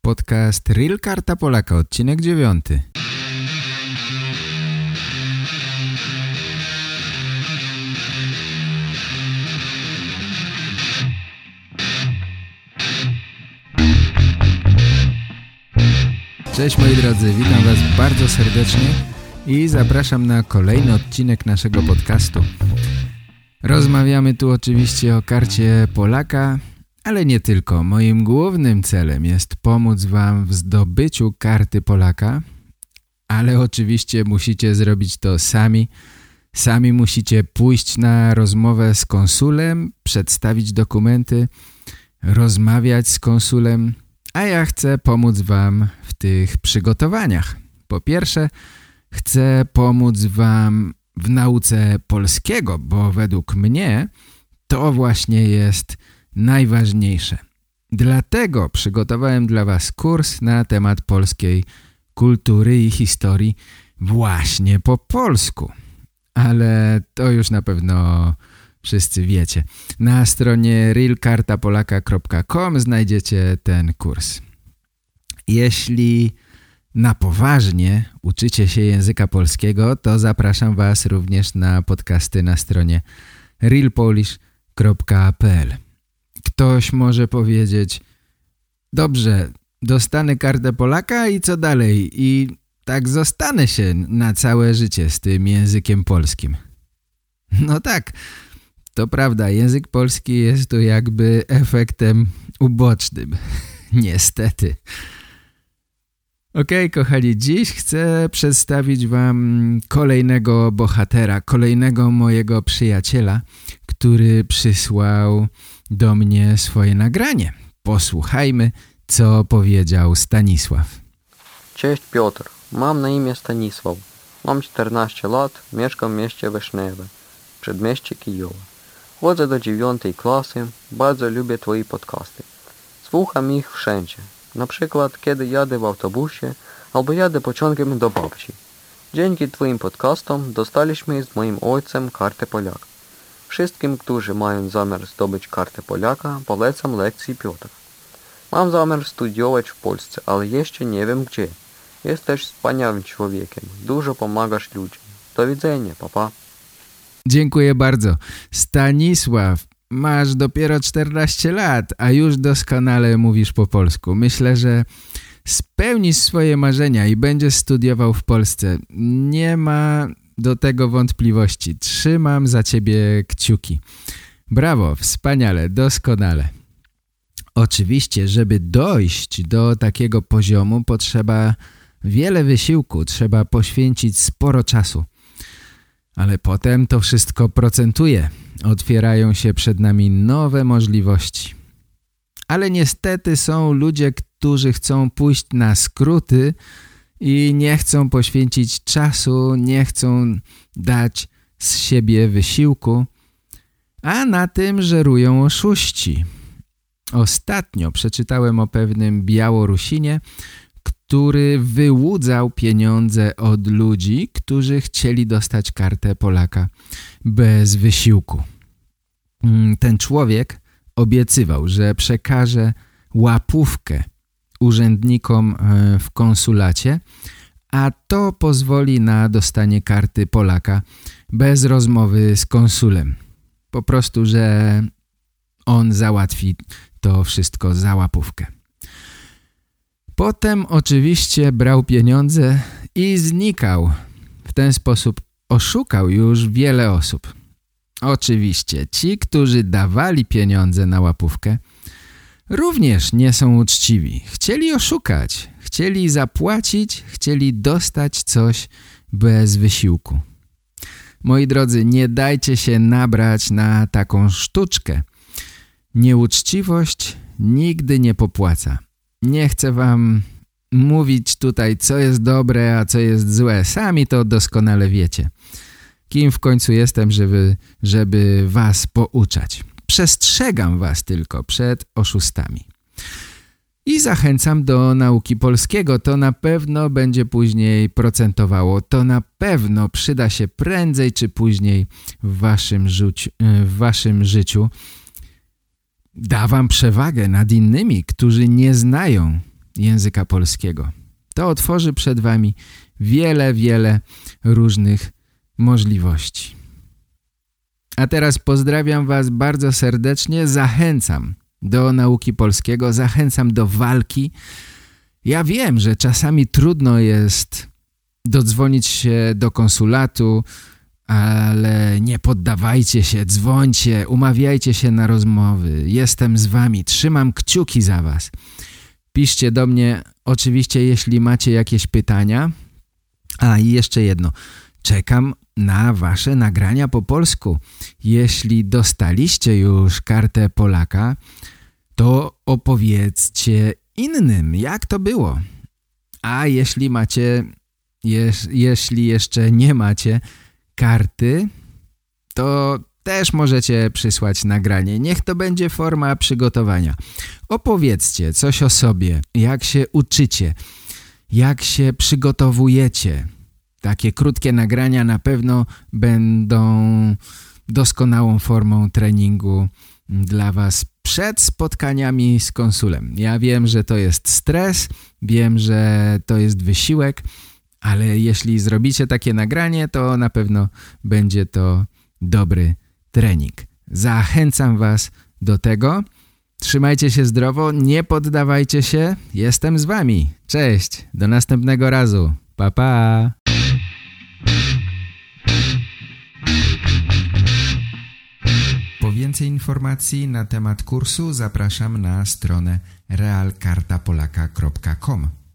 Podcast Real Karta Polaka, odcinek 9. Cześć moi drodzy, witam was bardzo serdecznie i zapraszam na kolejny odcinek naszego podcastu. Rozmawiamy tu oczywiście o karcie Polaka, ale nie tylko. Moim głównym celem jest pomóc wam w zdobyciu karty Polaka, ale oczywiście musicie zrobić to sami. Sami musicie pójść na rozmowę z konsulem, przedstawić dokumenty, rozmawiać z konsulem, a ja chcę pomóc wam w tych przygotowaniach. Po pierwsze, chcę pomóc wam w nauce polskiego, bo według mnie to właśnie jest najważniejsze. Dlatego przygotowałem dla was kurs na temat polskiej kultury i historii właśnie po polsku. Ale to już na pewno wszyscy wiecie. Na stronie realkartapolaka.com znajdziecie ten kurs. Jeśli na poważnie uczycie się języka polskiego, to zapraszam was również na podcasty na stronie realpolish.pl. Ktoś może powiedzieć: dobrze, dostanę kartę Polaka i co dalej? I tak zostanę się na całe życie z tym językiem polskim. No tak, to prawda, język polski jest tu jakby efektem ubocznym. Niestety. Okej, kochani, dziś chcę przedstawić wam kolejnego bohatera, kolejnego mojego przyjaciela, który przysłał do mnie swoje nagranie. Posłuchajmy, co powiedział Stanisław. Cześć Piotr, mam na imię Stanisław. Mam 14 lat, mieszkam w mieście Wysznewe, przedmieście Kijowa. Chodzę do 9 klasy, bardzo lubię twoje podcasty. Słucham ich wszędzie. Na przykład, kiedy jadę w autobusie albo jadę pociągiem do babci. Dzięki twoim podcastom dostaliśmy z moim ojcem kartę Polaka. Wszystkim, którzy mają zamiar zdobyć kartę Polaka, polecam lekcje Piotra. Mam zamiar studiować w Polsce, ale jeszcze nie wiem gdzie. Jesteś wspaniałym człowiekiem. Dużo pomagasz ludziom. Do widzenia, papa. Dziękuję bardzo. Stanisław, masz dopiero 14 lat, a już doskonale mówisz po polsku. Myślę, że spełnisz swoje marzenia i będziesz studiował w Polsce. Nie ma do tego wątpliwości. Trzymam za ciebie kciuki. Brawo, wspaniale, doskonale. Oczywiście, żeby dojść do takiego poziomu, potrzeba wiele wysiłku, trzeba poświęcić sporo czasu. Ale potem to wszystko procentuje. Otwierają się przed nami nowe możliwości. Ale niestety są ludzie, którzy chcą pójść na skróty i nie chcą poświęcić czasu, nie chcą dać z siebie wysiłku, a na tym żerują oszuści. Ostatnio przeczytałem o pewnym Białorusinie, który wyłudzał pieniądze od ludzi, którzy chcieli dostać kartę Polaka bez wysiłku. Ten człowiek obiecywał, że przekaże łapówkę urzędnikom w konsulacie, a to pozwoli na dostanie karty Polaka bez rozmowy z konsulem. Po prostu, że on załatwi to wszystko za łapówkę. Potem oczywiście brał pieniądze i znikał. W ten sposób oszukał już wiele osób. Oczywiście ci, którzy dawali pieniądze na łapówkę, również nie są uczciwi. Chcieli oszukać, chcieli zapłacić, chcieli dostać coś bez wysiłku. Moi drodzy, nie dajcie się nabrać na taką sztuczkę. Nieuczciwość nigdy nie popłaca. Nie chcę wam mówić tutaj, co jest dobre, a co jest złe. Sami to doskonale wiecie. Kim w końcu jestem, żeby was pouczać. Przestrzegam was tylko przed oszustami. I zachęcam do nauki polskiego. To na pewno będzie później procentowało. To na pewno przyda się prędzej czy później w waszym życiu. Da wam przewagę nad innymi, którzy nie znają języka polskiego. To otworzy przed wami wiele różnych możliwości. A teraz pozdrawiam was bardzo serdecznie, zachęcam do nauki polskiego, zachęcam do walki. Ja wiem, że czasami trudno jest dodzwonić się do konsulatu, ale nie poddawajcie się, dzwońcie, umawiajcie się na rozmowy. Jestem z wami, trzymam kciuki za was. Piszcie do mnie oczywiście, jeśli macie jakieś pytania. A i jeszcze jedno, czekam na wasze nagrania po polsku. Jeśli dostaliście już kartę Polaka, to opowiedzcie innym, jak to było. A jeśli jeszcze nie macie karty, to też możecie przysłać nagranie. Niech to będzie forma przygotowania. Opowiedzcie coś o sobie, jak się uczycie, jak się przygotowujecie. Takie krótkie nagrania na pewno będą doskonałą formą treningu dla was przed spotkaniami z konsulem. Ja wiem, że to jest stres, wiem, że to jest wysiłek, ale jeśli zrobicie takie nagranie, to na pewno będzie to dobry trening. Zachęcam was do tego. Trzymajcie się zdrowo, nie poddawajcie się. Jestem z wami. Cześć, do następnego razu. Pa, pa. Po więcej informacji na temat kursu zapraszam na stronę realkartapolaka.com.